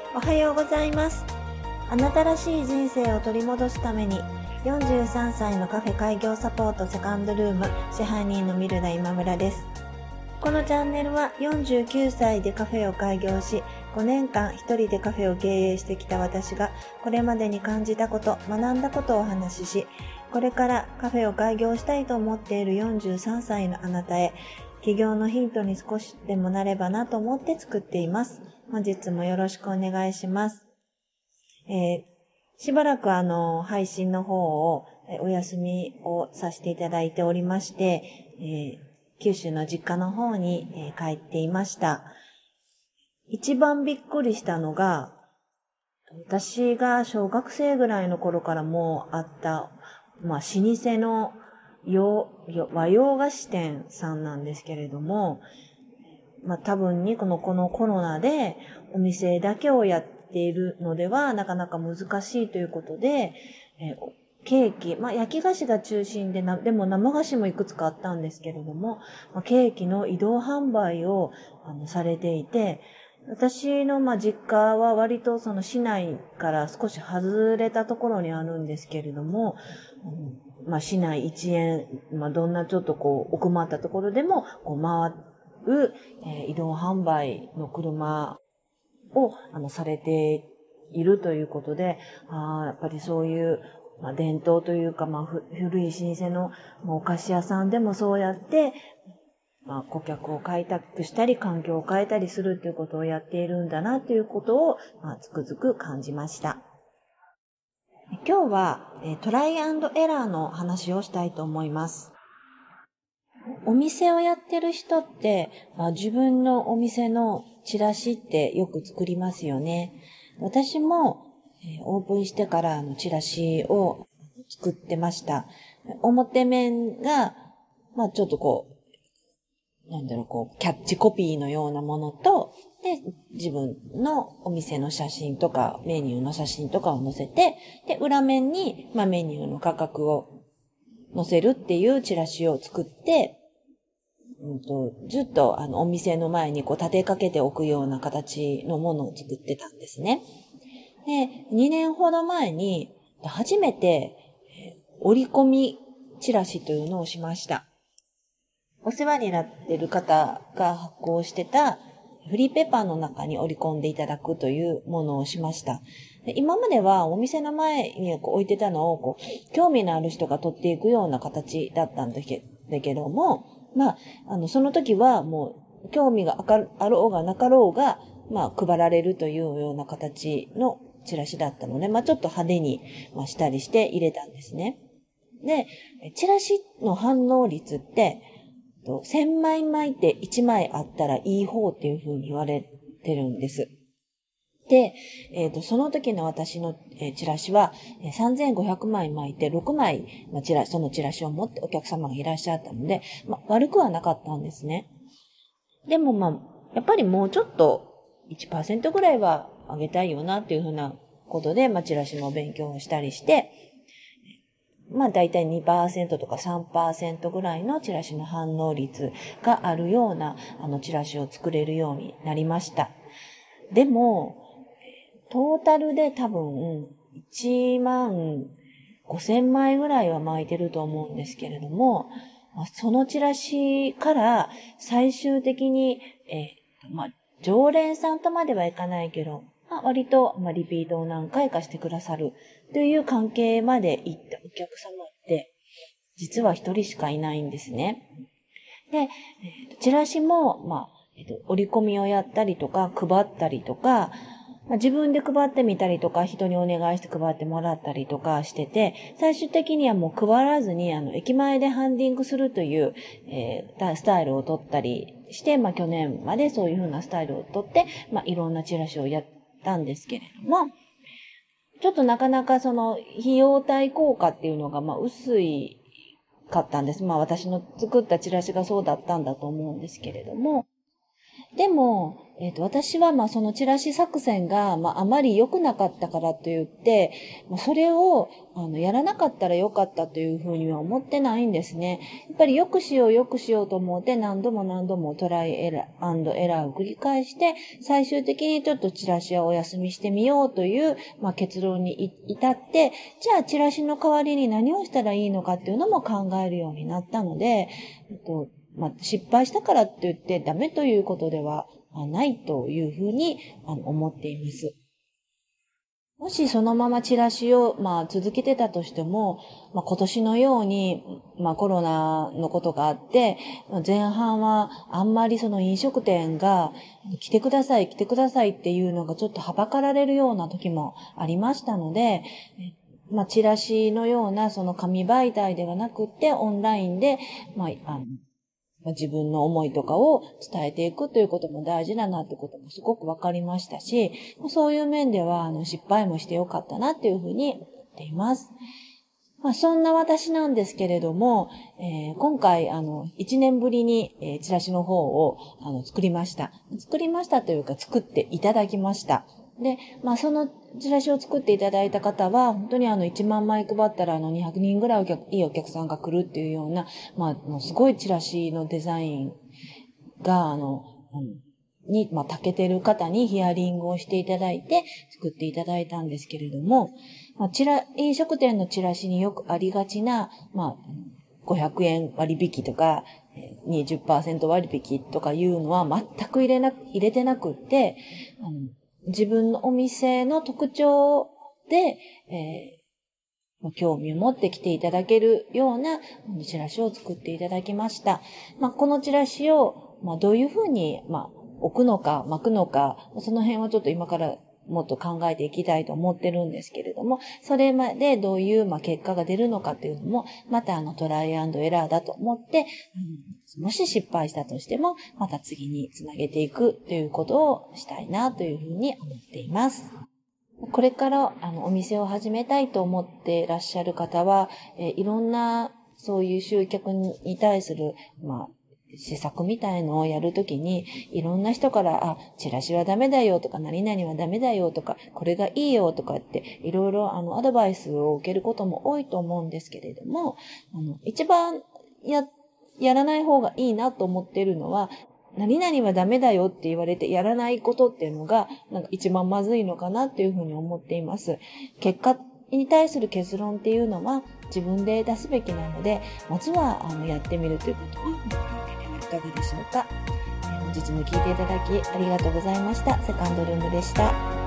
おはようございます。あなたらしい人生を取り戻すために、43歳のカフェ開業サポートセカンドルーム支配人のミルダ今村です。このチャンネルは49歳でカフェを開業し、5年間一人でカフェを経営してきた私が、これまでに感じたこと、学んだことをお話しし、これからカフェを開業したいと思っている43歳のあなたへ、起業のヒントに少しでもなればなと思って作っています。本日もよろしくお願いします。しばらく配信の方をお休みをさせていただいておりまして、九州の実家の方に帰っていました。一番びっくりしたのが、私が小学生ぐらいの頃からもうあった、老舗の和洋菓子店さんなんですけれども、多分にこのコロナでお店だけをやっているのではなかなか難しいということで、ケーキ、焼き菓子が中心ででも生菓子もいくつかあったんですけれども、ケーキの移動販売をされていて、私の実家は割とその市内から少し外れたところにあるんですけれども、市内一円、どんなちょっと奥まったところでも回移動販売の車をされているということで、やっぱりそういう伝統というか、古い老舗のお菓子屋さんでもそうやって、顧客を開拓したり、環境を変えたりするということをやっているんだなということを、つくづく感じました。今日はトライアンドエラーの話をしたいと思います。お店をやってる人って、自分のお店のチラシってよく作りますよね。私もオープンしてからチラシを作ってました。表面が、ちょっとキャッチコピーのようなものと、で、自分のお店の写真とか、メニューの写真とかを載せて、で、裏面に、メニューの価格を載せるっていうチラシを作って、ずっとお店の前に立てかけておくような形のものを作ってたんですね。で、2年ほど前に初めて折り込みチラシというのをしました。お世話になっている方が発行してたフリーペーパーの中に織り込んでいただくというものをしました。で、今まではお店の前に置いてたのを興味のある人が取っていくような形だったんだけども、その時はもう興味があろうがなかろうが、配られるというような形のチラシだったので、ちょっと派手にしたりして入れたんですね。で、チラシの反応率って、1000枚巻いて1枚あったらいい方っていう風に言われてるんです。で、その時の私のチラシは3500枚巻いて6枚、そのチラシを持ってお客様がいらっしゃったので、悪くはなかったんですね。でもやっぱりもうちょっと 1% ぐらいは上げたいよなっていう風なことで、チラシの勉強をしたりして、だいたい 2% とか 3% ぐらいのチラシの反応率があるようなチラシを作れるようになりました。でも、トータルで多分1万5000枚ぐらいは巻いてると思うんですけれども、そのチラシから最終的に、常連さんとまではいかないけど、割と、リピートを何回かしてくださるという関係まで行ったお客様って、実は一人しかいないんですね。で、チラシも、折り込みをやったりとか、配ったりとか、自分で配ってみたりとか、人にお願いして配ってもらったりとかしてて、最終的にはもう配らずに、駅前でハンディングするという、スタイルを取ったりして、去年までそういう風なスタイルを取って、いろんなチラシをやったんですけれども、ちょっとなかなかその費用対効果っていうのが薄いかったんです。私の作ったチラシがそうだったんだと思うんですけれども、 でも、私はそのチラシ作戦があまり良くなかったからといって、それをやらなかったら良かったというふうには思ってないんですね。やっぱり良くしようと思って何度もトライエラーを繰り返して、最終的にちょっとチラシはお休みしてみようという、結論に至って、じゃあチラシの代わりに何をしたらいいのかっていうのも考えるようになったので、失敗したからって言ってダメということではないというふうに思っています。もしそのままチラシを続けてたとしても、今年のようにコロナのことがあって、前半はあんまりその飲食店が来てくださいっていうのがちょっとはばかられるような時もありましたので、チラシのようなその紙媒体ではなくってオンラインで自分の思いとかを伝えていくということも大事だなってこともすごくわかりましたし、そういう面では失敗もしてよかったなっていうふうに思っています。そんな私なんですけれども、今回1年ぶりに、チラシの方を作りました。というか作っていただきました。で、そのチラシを作っていただいた方は、本当に1万枚配ったら200人ぐらいいいお客さんが来るっていうような、すごいチラシのデザインが、長けてる方にヒアリングをしていただいて作っていただいたんですけれども、飲食店のチラシによくありがちな、500円割引とか、20% 割引とかいうのは全く入れてなくって、自分のお店の特徴で、興味を持って来ていただけるようなチラシを作っていただきました。このチラシを、どういうふうに、置くのか巻くのか、その辺はちょっと今からもっと考えていきたいと思ってるんですけれども、それまでどういう結果が出るのかっていうのも、またトライアンドエラーだと思って、もし失敗したとしても、また次につなげていくということをしたいなというふうに思っています。これからお店を始めたいと思っていらっしゃる方は、いろんなそういう集客に対する、施策みたいのをやるときに、いろんな人から、チラシはダメだよとか、何々はダメだよとか、これがいいよとかって、いろいろアドバイスを受けることも多いと思うんですけれども、一番やらない方がいいなと思っているのは、何々はダメだよって言われてやらないことっていうのが、一番まずいのかなっていうふうに思っています。結果に対する結論っていうのは自分で出すべきなので、まずはやってみるということはいかがでしょうか。本日も聞いていただきありがとうございました。セカンドルームでした。